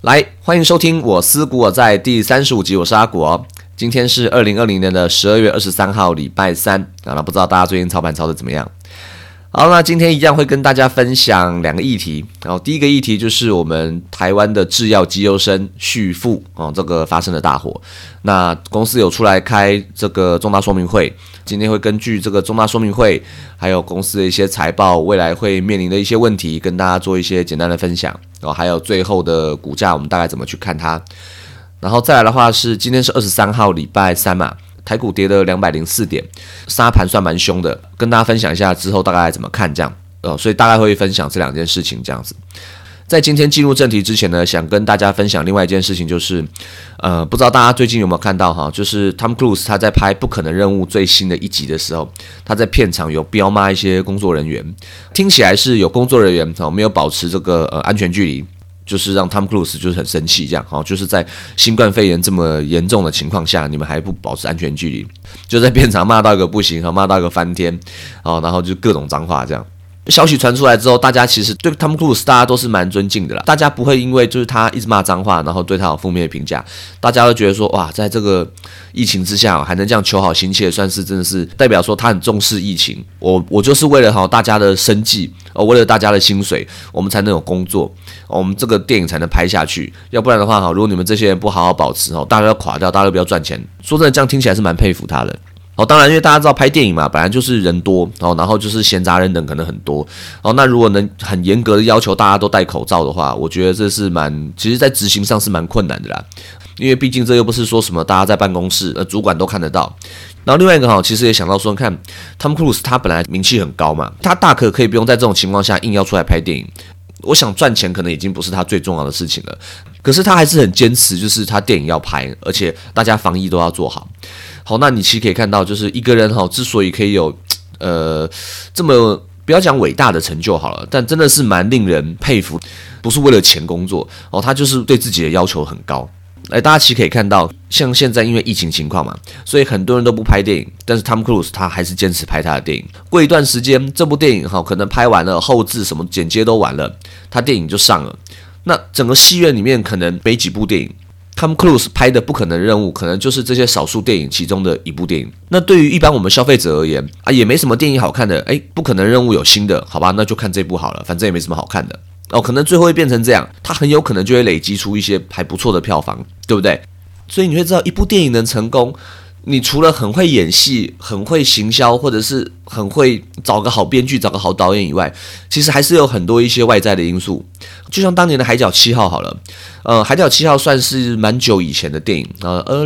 来，欢迎收听我思古我在第35集，我是阿古哦。今天是2020年的12月23号，礼拜三。那不知道大家最近操盘操的怎么样？好，那今天一样会跟大家分享两个议题。然后第一个议题就是我们台湾的制药绩优生旭富这个发生的大火。那公司有出来开这个重大说明会，今天会根据这个重大说明会，还有公司的一些财报，未来会面临的一些问题，跟大家做一些简单的分享。然后还有最后的股价，我们大概怎么去看它。然后再来的话是今天是23号，礼拜三嘛。台股跌了204点，杀盘算蛮凶的，跟大家分享一下之后大概怎么看这样，所以大概会分享这两件事情这样子。在今天进入正题之前呢，想跟大家分享另外一件事情，就是不知道大家最近有没有看到哈，就是 Tom Cruise 他在拍《不可能任务》最新的一集的时候，他在片场有彪骂一些工作人员，听起来是有工作人员没有保持这个安全距离。就是让 Tom Cruise 就是很生气这样，就是在新冠肺炎这么严重的情况下，你们还不保持安全距离，就在片场骂到一个不行，骂到一个翻天，然后就各种脏话这样。消息传出来之后，大家其实对 Tom Cruise 大家都是蛮尊敬的啦，大家不会因为就是他一直骂脏话，然后对他有负面的评价，大家都觉得说哇，在这个疫情之下还能这样求好心切，算是真的是代表说他很重视疫情。我就是为了大家的生计，为了大家的薪水，我们才能有工作，我们这个电影才能拍下去。要不然的话，如果你们这些人不好好保持，大家要垮掉，大家都不要赚钱。说真的，这样听起来是蛮佩服他的。当然因为大家知道拍电影嘛，本来就是人多，然后就是闲杂人等可能很多，那如果能很严格的要求大家都戴口罩的话，我觉得这是其实在执行上是蛮困难的啦，因为毕竟这又不是说什么大家在办公室主管都看得到。然后另外一个其实也想到说，看 Tom Cruise 他本来名气很高嘛，他大可以不用在这种情况下硬要出来拍电影。我想赚钱可能已经不是他最重要的事情了，可是他还是很坚持，就是他电影要拍，而且大家防疫都要做好。好，那你其实可以看到，就是一个人之所以可以有这么不要讲伟大的成就好了，但真的是蛮令人佩服，不是为了钱工作他就是对自己的要求很高。大家其实可以看到，像现在因为疫情情况嘛，所以很多人都不拍电影，但是 Tom Cruise 他还是坚持拍他的电影。过一段时间，这部电影可能拍完了，后制什么剪接都完了，他电影就上了。那整个戏院里面可能没几部电影，Tom Cruise 拍的《不可能任务》可能就是这些少数电影其中的一部电影。那对于一般我们消费者而言也没什么电影好看的，不可能任务有新的，好吧，那就看这部好了，反正也没什么好看的。可能最后会变成这样，它很有可能就会累积出一些还不错的票房，对不对？所以你会知道，一部电影能成功，你除了很会演戏、很会行销，或者是很会找个好编剧、找个好导演以外，其实还是有很多一些外在的因素。就像当年的《海角七号》好了，《海角七号》算是蛮久以前的电影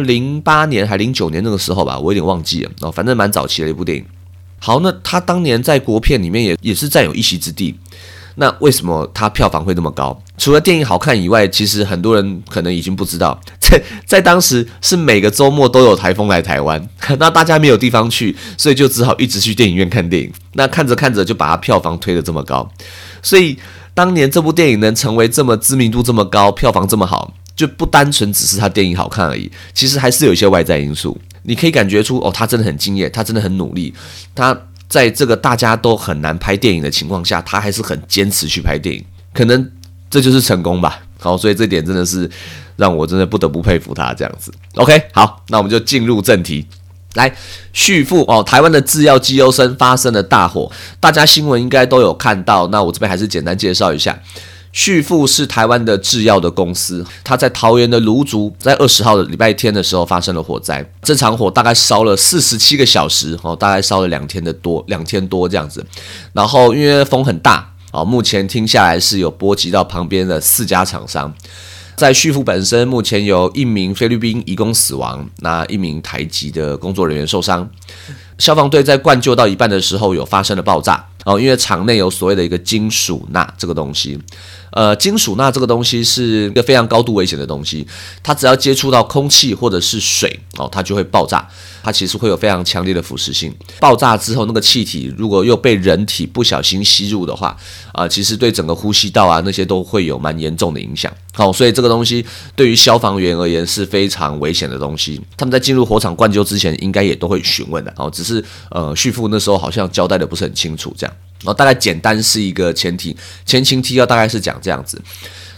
，08年还09年那个时候吧，我有点忘记了，反正蛮早期的一部电影。好，那他当年在国片里面也是占有一席之地。那为什么它票房会那么高？除了电影好看以外，其实很多人可能已经不知道，在当时是每个周末都有台风来台湾，那大家没有地方去，所以就只好一直去电影院看电影。那看着看着就把它票房推得这么高，所以当年这部电影能成为这么知名度这么高，票房这么好，就不单纯只是它电影好看而已，其实还是有一些外在因素。你可以感觉出他真的很敬业，他真的很努力，他在这个大家都很难拍电影的情况下，他还是很坚持去拍电影，可能这就是成功吧。好，所以这点真的是让我真的不得不佩服他这样子。OK， 好，那我们就进入正题。来，旭富台湾的制药绩优生发生了大火，大家新闻应该都有看到。那我这边还是简单介绍一下。旭富是台湾的制药的公司，它在桃园的芦竹，在20号的礼拜天的时候发生了火灾。这场火大概烧了47个小时，大概烧了2天多这样子。然后因为风很大，目前听下来是有波及到旁边的4家厂商。在旭富本身，目前有1名菲律宾移工死亡，那1名台籍的工作人员受伤。消防队在灌救到一半的时候，有发生了爆炸因为厂内有所谓的一个金属钠这个东西。金属钠这个东西是一个非常高度危险的东西，它只要接触到空气或者是水它就会爆炸，它其实会有非常强烈的腐蚀性。爆炸之后，那个气体如果又被人体不小心吸入的话，其实对整个呼吸道那些都会有蛮严重的影响。所以这个东西对于消防员而言是非常危险的东西。他们在进入火场灌救之前，应该也都会询问的。只是旭富那时候好像交代的不是很清楚，这样。大概简单是一个前情提要，大概是讲这样子。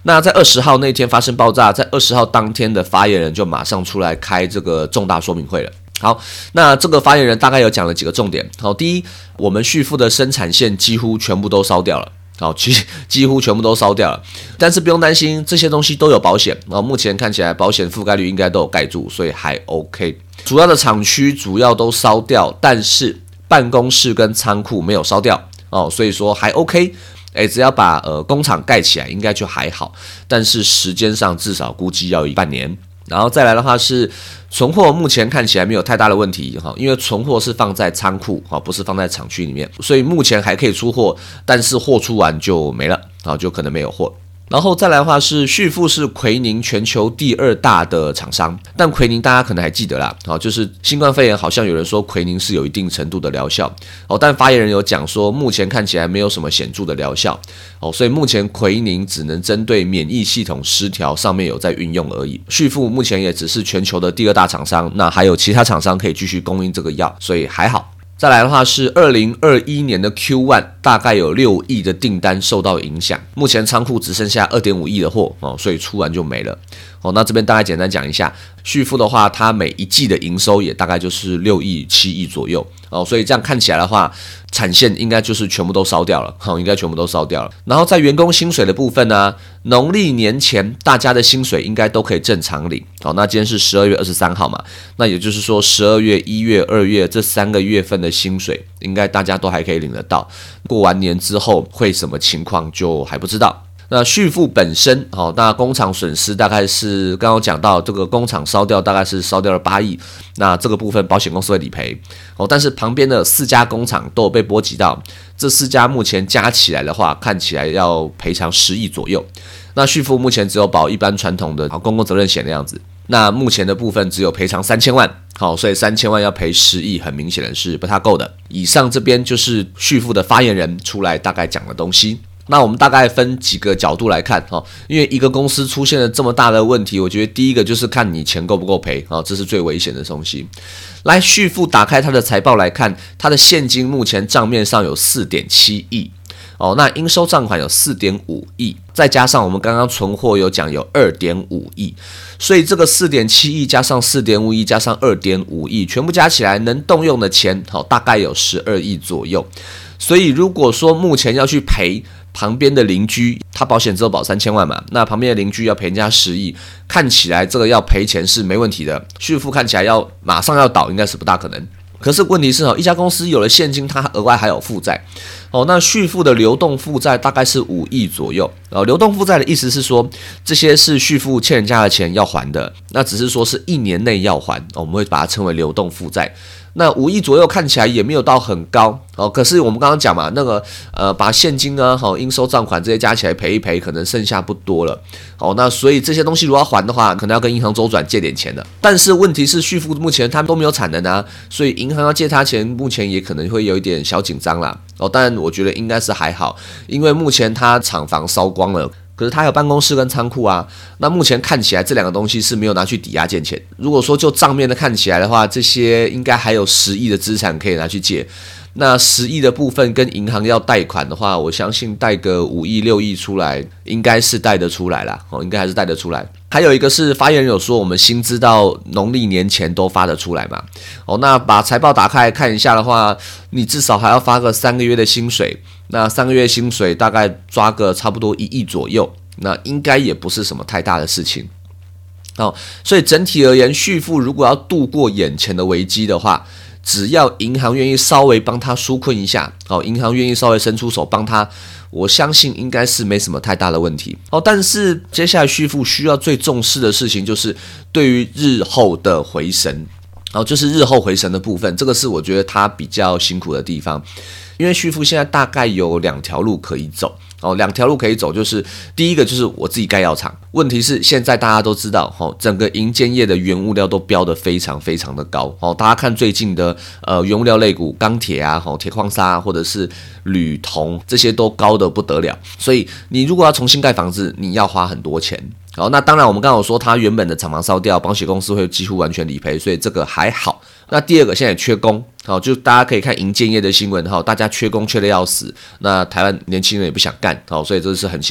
那在20号那天发生爆炸，在20号当天的发言人就马上出来开这个重大说明会了。好，那这个发言人大概有讲了几个重点。好，第一，我们旭富的生产线几乎全部都烧掉了。好，几乎全部都烧掉了，但是不用担心，这些东西都有保险。目前看起来保险覆盖率应该都有盖住，所以还 OK。主要的厂区主要都烧掉，但是办公室跟仓库没有烧掉所以说还 OK。只要把工厂盖起来，应该就还好。但是时间上至少估计要半年。然后再来的话是存货，目前看起来没有太大的问题因为存货是放在仓库不是放在厂区里面，所以目前还可以出货，但是货出完就没了就可能没有货。然后再来的话是旭富是奎宁全球第2大的厂商，但奎宁大家可能还记得啦，就是新冠肺炎好像有人说奎宁是有一定程度的疗效但发言人有讲说目前看起来没有什么显著的疗效所以目前奎宁只能针对免疫系统失调上面有在运用而已。旭富目前也只是全球的第2大厂商，那还有其他厂商可以继续供应这个药，所以还好。再来的话是2021年的 Q1 大概有6亿的订单受到影响，目前仓库只剩下 2.5 亿的货所以出完就没了那这边大概简单讲一下，旭富的话它每一季的营收也大概就是6亿7亿左右所以这样看起来的话，产线应该就是全部都烧掉了应该全部都烧掉了。然后在员工薪水的部分呢，农历年前大家的薪水应该都可以正常领那今天是12月23号嘛，那也就是说12月1月2月这3个月份的薪水应该大家都还可以领得到。过完年之后会什么情况就还不知道。那旭富本身那工厂损失大概是刚刚讲到这个工厂烧掉大概是烧掉了8亿，那这个部分保险公司会理赔但是旁边的4家工厂都有被波及到，这4家目前加起来的话看起来要赔偿10亿左右。那旭富目前只有保一般传统的公共责任险的样子，那目前的部分只有赔偿3000万所以3000万要赔10亿很明显的是不太够的。以上这边就是旭富的发言人出来大概讲的东西。那我们大概分几个角度来看因为一个公司出现了这么大的问题，我觉得第一个就是看你钱够不够赔这是最危险的东西。来，旭富打开它的财报来看，它的现金目前账面上有 4.7 亿那应收账款有 4.5 亿，再加上我们刚刚存货有讲有 2.5 亿，所以这个 4.7 亿加上 4.5 亿加上 2.5 亿全部加起来能动用的钱大概有12亿左右。所以如果说目前要去赔旁边的邻居，他保险只有保3000万嘛，那旁边的邻居要赔人家10亿，看起来这个要赔钱是没问题的。旭富看起来要马上要倒应该是不大可能。可是问题是一家公司有了现金，它额外还有负债那旭富的流动负债大概是5亿左右流动负债的意思是说，这些是旭富欠人家的钱要还的，那只是说是1年内要还我们会把它称为流动负债。那5亿左右看起来也没有到很高可是我们刚刚讲嘛，那个把现金啊应收账款这些加起来赔一赔，可能剩下不多了那所以这些东西如果要还的话，可能要跟银行周转借点钱的。但是问题是旭富目前他们都没有产能啊，所以银行要借他钱，目前也可能会有一点小紧张啦但我觉得应该是还好，因为目前他厂房烧光了，可是他有办公室跟仓库啊，那目前看起来这两个东西是没有拿去抵押借钱。如果说就账面的看起来的话，这些应该还有10亿的资产可以拿去借。那10亿的部分跟银行要贷款的话，我相信贷个5亿6亿出来，应该是贷得出来啦应该还是贷得出来。还有一个是发言人有说，我们薪资到农历年前都发得出来嘛那把财报打开来看一下的话，你至少还要发个3个月的薪水，那3个月薪水大概抓个差不多1亿左右，那应该也不是什么太大的事情所以整体而言，旭富如果要度过眼前的危机的话，只要银行愿意稍微帮他纾困一下银行愿意稍微伸出手帮他，我相信应该是没什么太大的问题但是接下来旭富需要最重视的事情就是对于日后的回神就是日后回神的部分，这个是我觉得他比较辛苦的地方。因为旭富现在大概有2条路可以走2条路可以走，就是第一个就是我自己盖药厂，问题是现在大家都知道整个营建业的原物料都飙得非常非常的高大家看最近的原物料类股，钢铁啊铁矿砂或者是铝铜，这些都高得不得了，所以你如果要重新盖房子，你要花很多钱那当然我们刚刚有说他原本的厂房烧掉，保险公司会几乎完全理赔，所以这个还好。那第二个现在也缺工就大家可以看营建业的新闻大家缺工缺得要死，那台湾年轻人也不想干所以这是很辛苦。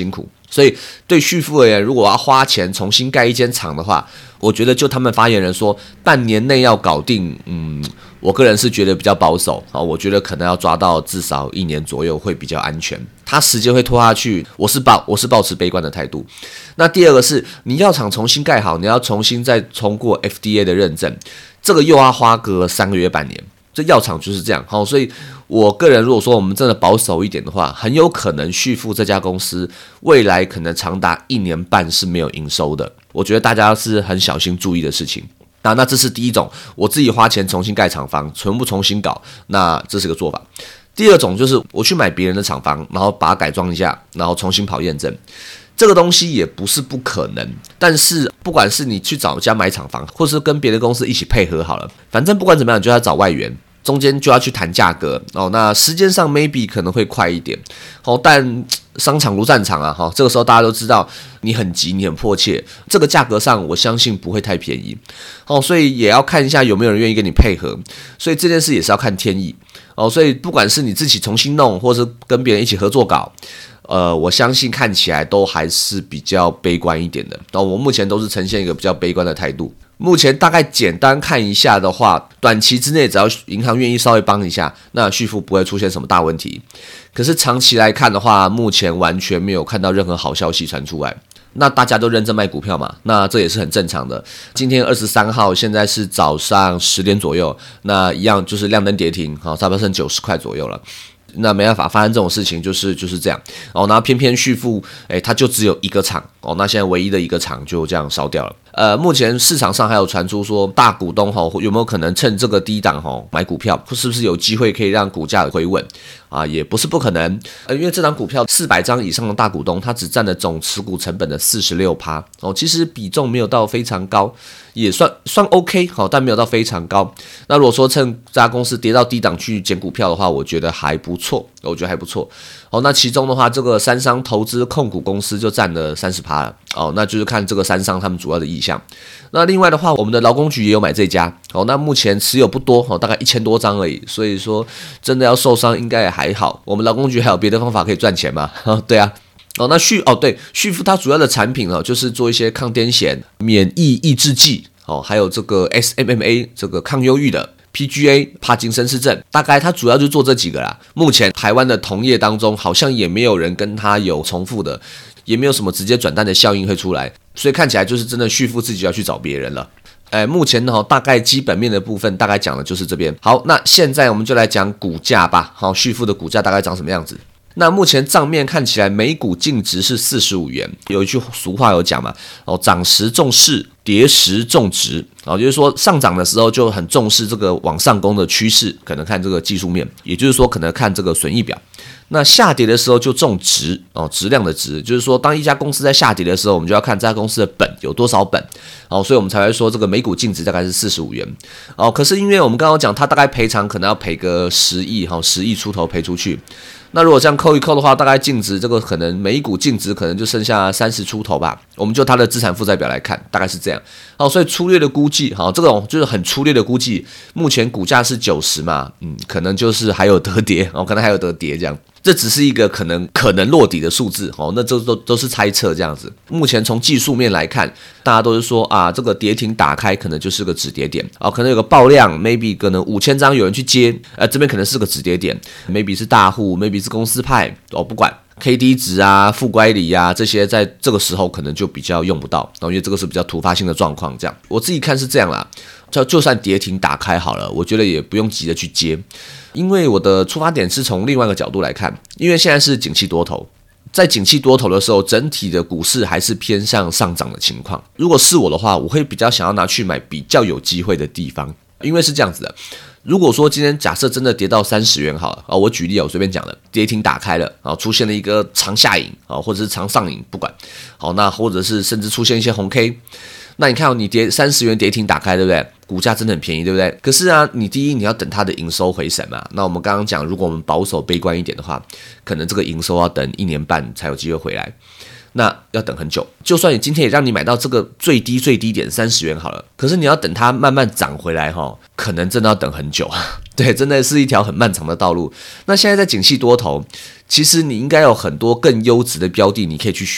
所以对旭富而言，如果我要花钱重新盖一间厂的话，我觉得就他们发言人说半年内要搞定，我个人是觉得比较保守啊，我觉得可能要抓到至少1年左右会比较安全。它时间会拖下去，我是抱持悲观的态度。那第二个是你药厂重新盖好，你要重新再通过 FDA 的认证，这个又要花个3个月半年。这药厂就是这样，所以我个人如果说我们真的保守一点的话，很有可能旭富这家公司未来可能长达1年半是没有营收的。我觉得大家是很小心注意的事情。那这是第一种，我自己花钱重新盖厂房，全部重新搞，那这是个做法。第二种就是我去买别人的厂房，然后把它改装一下，然后重新跑验证。这个东西也不是不可能，但是不管是你去找一家买厂房，或是跟别的公司一起配合好了，反正不管怎么样，你就要找外援，中间就要去谈价格那时间上 maybe 可能会快一点但商场如战场啊这个时候大家都知道你很急，你很迫切，这个价格上我相信不会太便宜所以也要看一下有没有人愿意跟你配合，所以这件事也是要看天意所以不管是你自己重新弄，或是跟别人一起合作搞。我相信看起来都还是比较悲观一点的。我目前都是呈现一个比较悲观的态度。目前大概简单看一下的话，短期之内只要银行愿意稍微帮一下，那旭富不会出现什么大问题。可是长期来看的话，目前完全没有看到任何好消息传出来。那大家都认真卖股票嘛，那这也是很正常的。今天23号，现在是早上10点左右，那一样就是亮灯跌停，差不多剩90块左右了。那没办法，发生这种事情就是这样那偏偏旭富它就只有一个厂那现在唯一的一个厂就这样烧掉了。目前市场上还有传出说大股东有没有可能趁这个低档买股票，是不是有机会可以让股价回稳也不是不可能。因为这档股票400张以上的大股东，它只占了总持股成本的 46% 其实比重没有到非常高，也算 OK 但没有到非常高。那如果说趁这家公司跌到低档去捡股票的话，我觉得还不错，那其中的话，这个三商投资控股公司就占了 30% 了那就是看这个三商他们主要的意向。那另外的话，我们的劳工局也有买这家那目前持有不多大概1000多张而已，所以说真的要受伤应该也还好。我们劳工局还有别的方法可以赚钱嘛对啊那旭富它主要的产品就是做一些抗癫痫、免疫抑制剂还有这个 SMMA 这个抗忧郁的。PGA 帕金森氏症，大概它主要就做这几个啦。目前台湾的同业当中，好像也没有人跟它有重复的，也没有什么直接转单的效应会出来，所以看起来就是真的旭富自己要去找别人了。目前呢，大概基本面的部分大概讲的就是这边。好，那现在我们就来讲股价吧。好，旭富的股价大概长什么样子？那目前账面看起来每股净值是45元，有一句俗话有讲嘛，涨时重视，跌时重值，就是说上涨的时候就很重视这个往上攻的趋势，可能看这个技术面，也就是说可能看这个损益表。那下跌的时候就重值质量的值，就是说当一家公司在下跌的时候，我们就要看这家公司的本有多少本所以我们才会说这个每股净值大概是45元可是因为我们刚刚讲它大概赔偿可能要赔个10亿10亿出头赔出去。那如果这样扣一扣的话，大概净值这个可能每一股净值可能就剩下30出头吧。我们就它的资产负债表来看，大概是这样。所以粗略的估计，这种就是很粗略的估计，目前股价是90嘛，可能就是还有得跌，可能还有得跌这样。这只是一个可能落底的数字那这都是猜测这样子。目前从技术面来看，大家都是说这个跌停打开可能就是个止跌点可能有个爆量 maybe 可能5000张有人去接这边可能是个止跌点 maybe 是大户 maybe 是公司派不管 KD 值负乖离这些在这个时候可能就比较用不到因为这个是比较突发性的状况这样。我自己看是这样啦，就算跌停打开好了，我觉得也不用急着去接，因为我的出发点是从另外一个角度来看，因为现在是景气多头，在景气多头的时候，整体的股市还是偏向上涨的情况。如果是我的话，我会比较想要拿去买比较有机会的地方，因为是这样子的。如果说今天假设真的跌到30元好了我举例我随便讲了，跌停打开了出现了一个长下影或者是长上影，不管那或者是甚至出现一些红 K， 那你看你跌30元跌停打开，对不对？股价真的很便宜，对不对？可是你第一你要等它的营收回审嘛。那我们刚刚讲，如果我们保守悲观一点的话，可能这个营收要等1年半才有机会回来。那要等很久，就算你今天也让你买到这个最低点30元好了，可是你要等它慢慢涨回来可能真的要等很久。对，真的是一条很漫长的道路。那现在在景气多头，其实你应该有很多更优质的标的你可以去选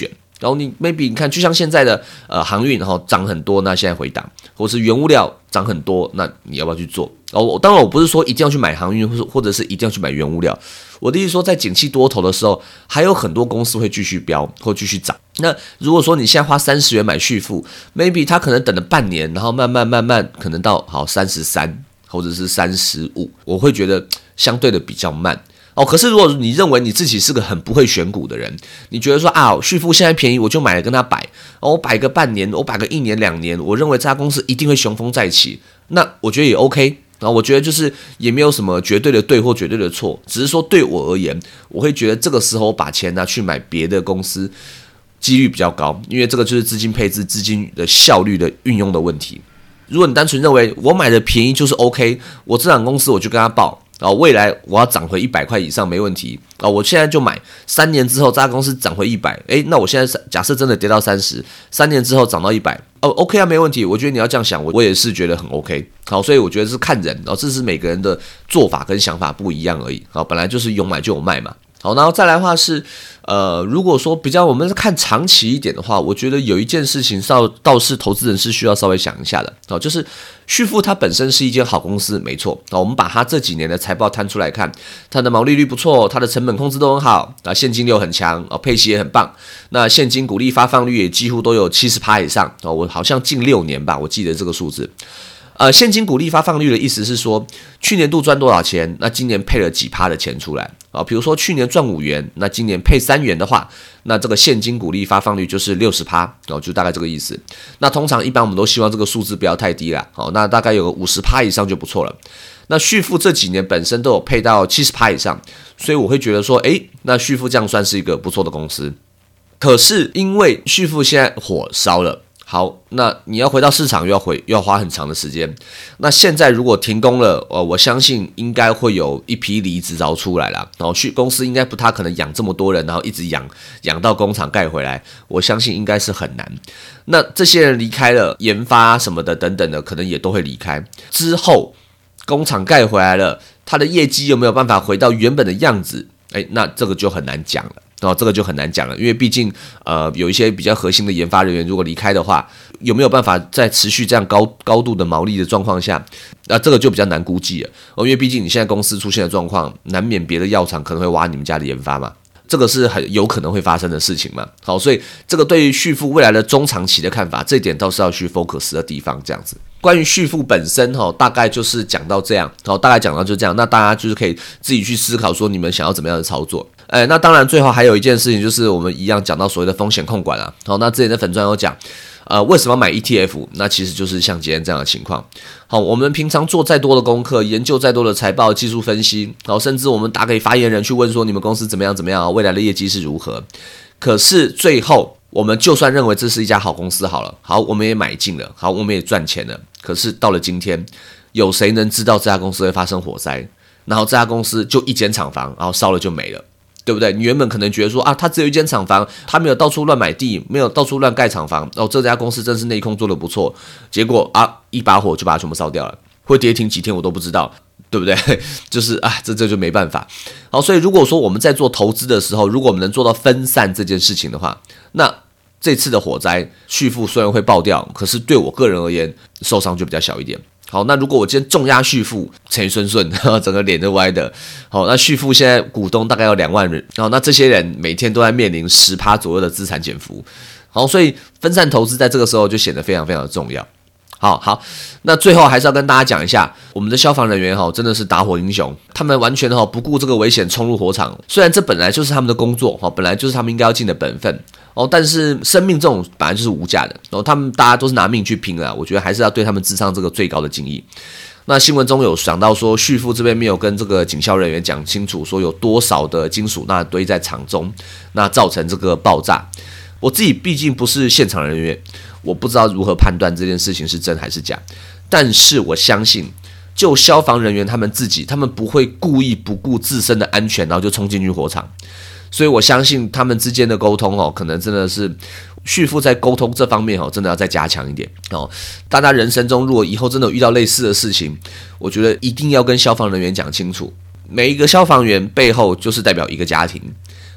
然后你 maybe 你看，就像现在的航运，然后涨很多，那现在回档，或是原物料涨很多，那你要不要去做？当然我不是说一定要去买航运，或者是一定要去买原物料。我的意思说，在景气多头的时候，还有很多公司会继续飙或继续涨。那如果说你现在花30元买旭富 ，maybe 他可能等了半年，然后慢慢可能到好33或者是35，我会觉得相对的比较慢。可是如果你认为你自己是个很不会选股的人，你觉得说旭富现在便宜，我就买了跟他摆，我摆个半年，我摆个1年2年，我认为这家公司一定会雄风再起，那我觉得也 OK。我觉得就是也没有什么绝对的对或绝对的错，只是说对我而言，我会觉得这个时候把钱拿去买别的公司，几率比较高，因为这个就是资金配置、资金的效率的运用的问题。如果你单纯认为我买的便宜就是 OK， 我这档公司我就跟他报。未来我要涨回100块以上没问题我现在就买，3年之后这家公司涨回100，那我现在假设真的跌到30，3年之后涨到100，OK 啊，没问题。我觉得你要这样想，我也是觉得很 OK。好，所以我觉得是看人，这是每个人的做法跟想法不一样而已。本来就是有买就有卖嘛。好，然后再来的话是，如果说比较我们是看长期一点的话，我觉得有一件事情倒是投资人是需要稍微想一下的，就是旭富它本身是一间好公司，没错。我们把它这几年的财报摊出来看，它的毛利率不错，它的成本控制都很好，现金流很强，配息也很棒，那现金股利发放率也几乎都有70%以上，我好像近6年吧，我记得这个数字。现金股利发放率的意思是说，去年度赚多少钱，那今年配了几%的钱出来比如说去年赚5元，那今年配3元的话，那这个现金股利发放率就是60%就大概这个意思。那通常一般我们都希望这个数字不要太低啦那大概有个50%以上就不错了。那旭富这几年本身都有配到70%以上，所以我会觉得说，那旭富这样算是一个不错的公司。可是因为旭富现在火烧了。好，那你要回到市场又要花很长的时间。那现在如果停工了，我相信应该会有一批离职潮出来啦。然后公司应该不太可能养这么多人，然后一直养到工厂盖回来，我相信应该是很难。那这些人离开了，研发什么的等等的，可能也都会离开。之后工厂盖回来了，它的业绩有没有办法回到原本的样子？那这个就很难讲了。这个就很难讲了，因为毕竟有一些比较核心的研发人员如果离开的话，有没有办法在持续这样高度的毛利的状况下，这个就比较难估计了因为毕竟你现在公司出现的状况，难免别的药厂可能会挖你们家的研发嘛，这个是很有可能会发生的事情嘛。好，所以这个对于旭富未来的中长期的看法，这一点倒是要去 focus 的地方，这样子。关于旭富本身大概就是讲到这样，大概讲到就这样，那大家就是可以自己去思考说你们想要怎么样的操作。那当然最后还有一件事情，就是我们一样讲到所谓的风险控管啊。好，那之前的粉专有讲，为什么要买 ETF？ 那其实就是像今天这样的情况。好，我们平常做再多的功课，研究再多的财报、技术分析，好，甚至我们打给发言人去问说你们公司怎么样，未来的业绩是如何。可是最后我们就算认为这是一家好公司好了，好，我们也买进了，好，我们也赚钱了。可是到了今天，有谁能知道这家公司会发生火灾？然后这家公司就一间厂房，然后烧了就没了。对不对？你原本可能觉得说他只有一间厂房，他没有到处乱买地，没有到处乱盖厂房，这家公司真是内控做得不错。结果一把火就把它全部烧掉了，会跌停几天我都不知道，对不对？就是这就没办法。好，所以如果说我们在做投资的时候，如果我们能做到分散这件事情的话，那这次的火灾旭富虽然会爆掉，可是对我个人而言受伤就比较小一点。好，那如果我今天重压旭富，陈顺整个脸都歪的。好，那旭富现在股东大概有2万人，好，那这些人每天都在面临10%左右的资产减幅。好，所以分散投资在这个时候就显得非常非常的重要。好，那最后还是要跟大家讲一下，我们的消防人员真的是打火英雄，他们完全不顾这个危险冲入火场。虽然这本来就是他们的工作，本来就是他们应该要尽的本分但是生命这种本来就是无价的他们大家都是拿命去拼了，我觉得还是要对他们致上这个最高的敬意。那新闻中有讲到说，旭富这边没有跟这个警消人员讲清楚，说有多少的金属钠堆在场中，那造成这个爆炸。我自己毕竟不是现场人员，我不知道如何判断这件事情是真还是假，但是我相信就消防人员他们自己，他们不会故意不顾自身的安全然后就冲进去火场，所以我相信他们之间的沟通可能真的是旭富在沟通这方面真的要再加强一点大家人生中如果以后真的遇到类似的事情，我觉得一定要跟消防人员讲清楚，每一个消防员背后就是代表一个家庭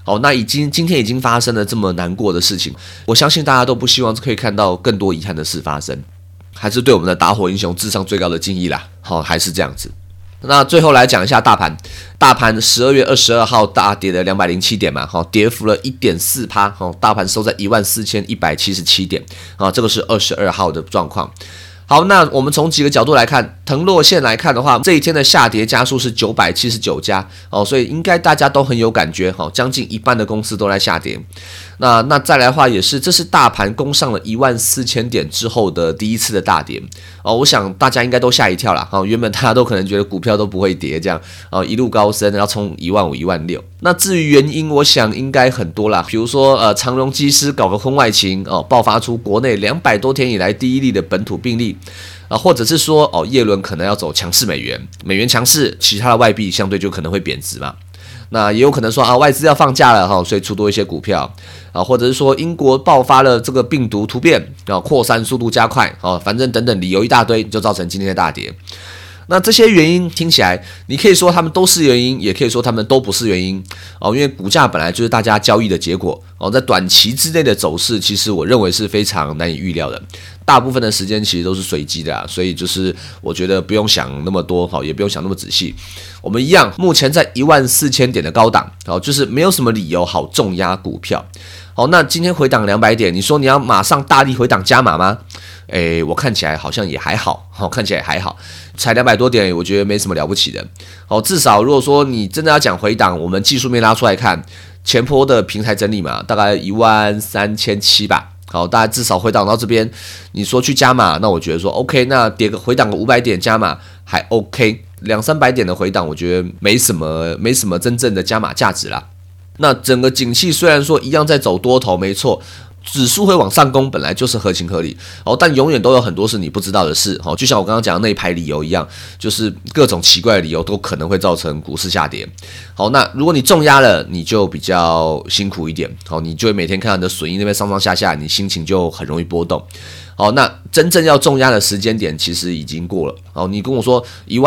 那今天已经发生了这么难过的事情，我相信大家都不希望可以看到更多遗憾的事发生，还是对我们的打火英雄致上最高的敬意啦。还是这样子。那最后来讲一下大盘12月22号大跌了207点嘛，跌幅了 1.4%， 大盘收在14177点，这个是22号的状况。好，那我们从几个角度来看，腾落线来看的话，这一天的下跌家数是979家，所以应该大家都很有感觉，将近一半的公司都在下跌。那再来的话，这是大盘攻上了14000点之后的第一次的大跌，我想大家应该都吓一跳啦，原本大家都可能觉得股票都不会跌，这样一路高升，要冲15000、16000。那至于原因，我想应该很多啦，比如说长荣机师搞个婚外情，爆发出国内200多天以来第一例的本土病例。或者是说叶伦可能要走强势美元，美元强势，其他的外币相对就可能会贬值嘛。那也有可能说外资要放假了所以出多一些股票或者是说英国爆发了这个病毒突变扩散速度加快反正等等理由一大堆，就造成今天的大跌。那这些原因听起来，你可以说他们都是原因，也可以说他们都不是原因因为股价本来就是大家交易的结果在短期之内的走势，其实我认为是非常难以预料的，大部分的时间其实都是随机的所以就是我觉得不用想那么多也不用想那么仔细。我们一样，目前在14000点的高档就是没有什么理由好重压股票。那今天回档200点，你说你要马上大力回档加码吗？我看起来好像也还好，才200多点，我觉得没什么了不起的。至少如果说你真的要讲回档，我们技术面拉出来看，前波的平台整理嘛，大概13700吧。大概至少回档到这边，你说去加码，那我觉得说 OK， 那回档个500点加码还 OK，200-300点的回档，我觉得没什么真正的加码价值啦。那整个景气虽然说一样在走多头，没错，指数会往上攻本来就是合情合理但永远都有很多是你不知道的事就像我刚刚讲的那一排理由一样，就是各种奇怪的理由都可能会造成股市下跌。那如果你重压了，你就比较辛苦一点你就会每天看到你的损益那边上上下下，你心情就很容易波动那真正要重压的时间点其实已经过了你跟我说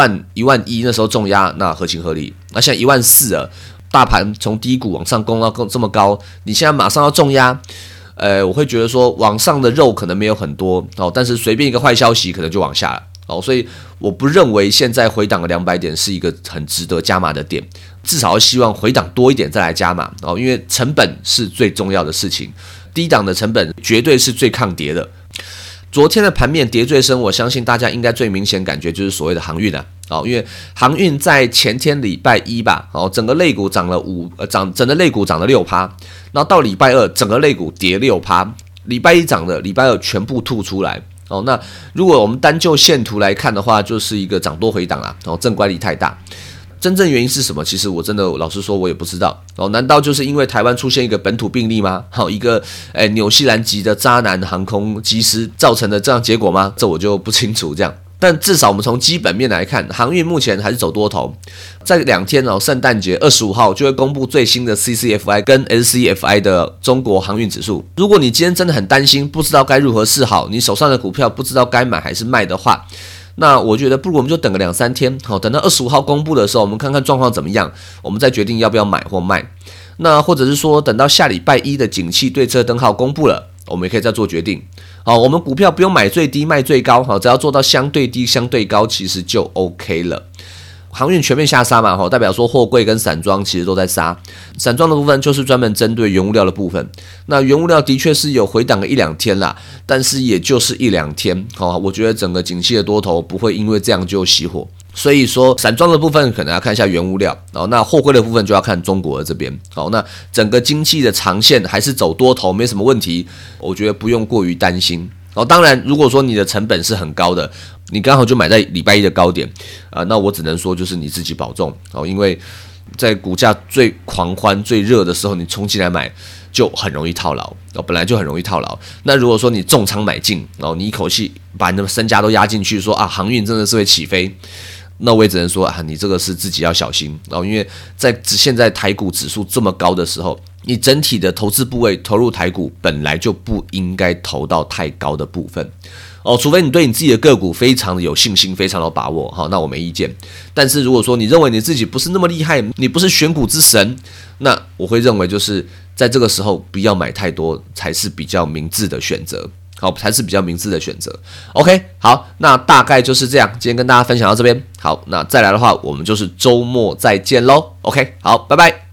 11000那时候重压，那合情合理。那现在14000了，大盘从低谷往上攻到这么高，你现在马上要重压，我会觉得说往上的肉可能没有很多但是随便一个坏消息可能就往下了所以我不认为现在回档的200点是一个很值得加码的点，至少希望回档多一点再来加码因为成本是最重要的事情，低档的成本绝对是最抗跌的。昨天的盘面跌最深，我相信大家应该最明显感觉就是所谓的航运因为航运在前天礼拜一吧整个类股涨了整个类股涨了 6%， 然后到礼拜二整个类股跌 6%， 礼拜一涨的礼拜二全部吐出来那如果我们单就线图来看的话，就是一个涨多回档啦正乖离太大。真正原因是什么？其实我真的老实说，我也不知道难道就是因为台湾出现一个本土病例吗？一个纽西兰籍的渣男航空机师造成的这样结果吗？这我就不清楚这样。但至少我们从基本面来看，航运目前还是走多头。在2天圣诞节25号就会公布最新的 CCFI 跟 SCFI 的中国航运指数。如果你今天真的很担心，不知道该如何是好，你手上的股票不知道该买还是卖的话，那我觉得不如我们就等个2-3天等到25号公布的时候，我们看看状况怎么样，我们再决定要不要买或卖。那或者是说等到下礼拜一的景气对策灯号公布了，我们也可以再做决定我们股票不用买最低卖最高只要做到相对低相对高，其实就 OK 了。航运全面下杀嘛代表说货柜跟散装其实都在杀。散装的部分就是专门针对原物料的部分，那原物料的确是有回档个1-2天啦，但是也就是1-2天我觉得整个景气的多头不会因为这样就熄火。所以说散装的部分可能要看一下原物料那货柜的部分就要看中国的这边那整个经济的长线还是走多头没什么问题，我觉得不用过于担心当然如果说你的成本是很高的，你刚好就买在礼拜一的高点那我只能说就是你自己保重因为在股价最狂欢最热的时候你冲进来买就很容易套牢本来就很容易套牢。那如果说你重仓买进你一口气把你的身家都压进去，说航运真的是会起飞，那我也只能说你这个是自己要小心因为在现在台股指数这么高的时候， 你整体的投资部位投入台股本来就不应该投到太高的部分哦，除非你对你自己的个股非常的有信心，非常有把握，好，那我没意见。但是如果说你认为你自己不是那么厉害，你不是选股之神，那我会认为就是在这个时候不要买太多，才是比较明智的选择。好，才是比较明智的选择。OK， 好，那大概就是这样，今天跟大家分享到这边。好，那再来的话，我们就是周末再见喽。OK， 好，拜拜。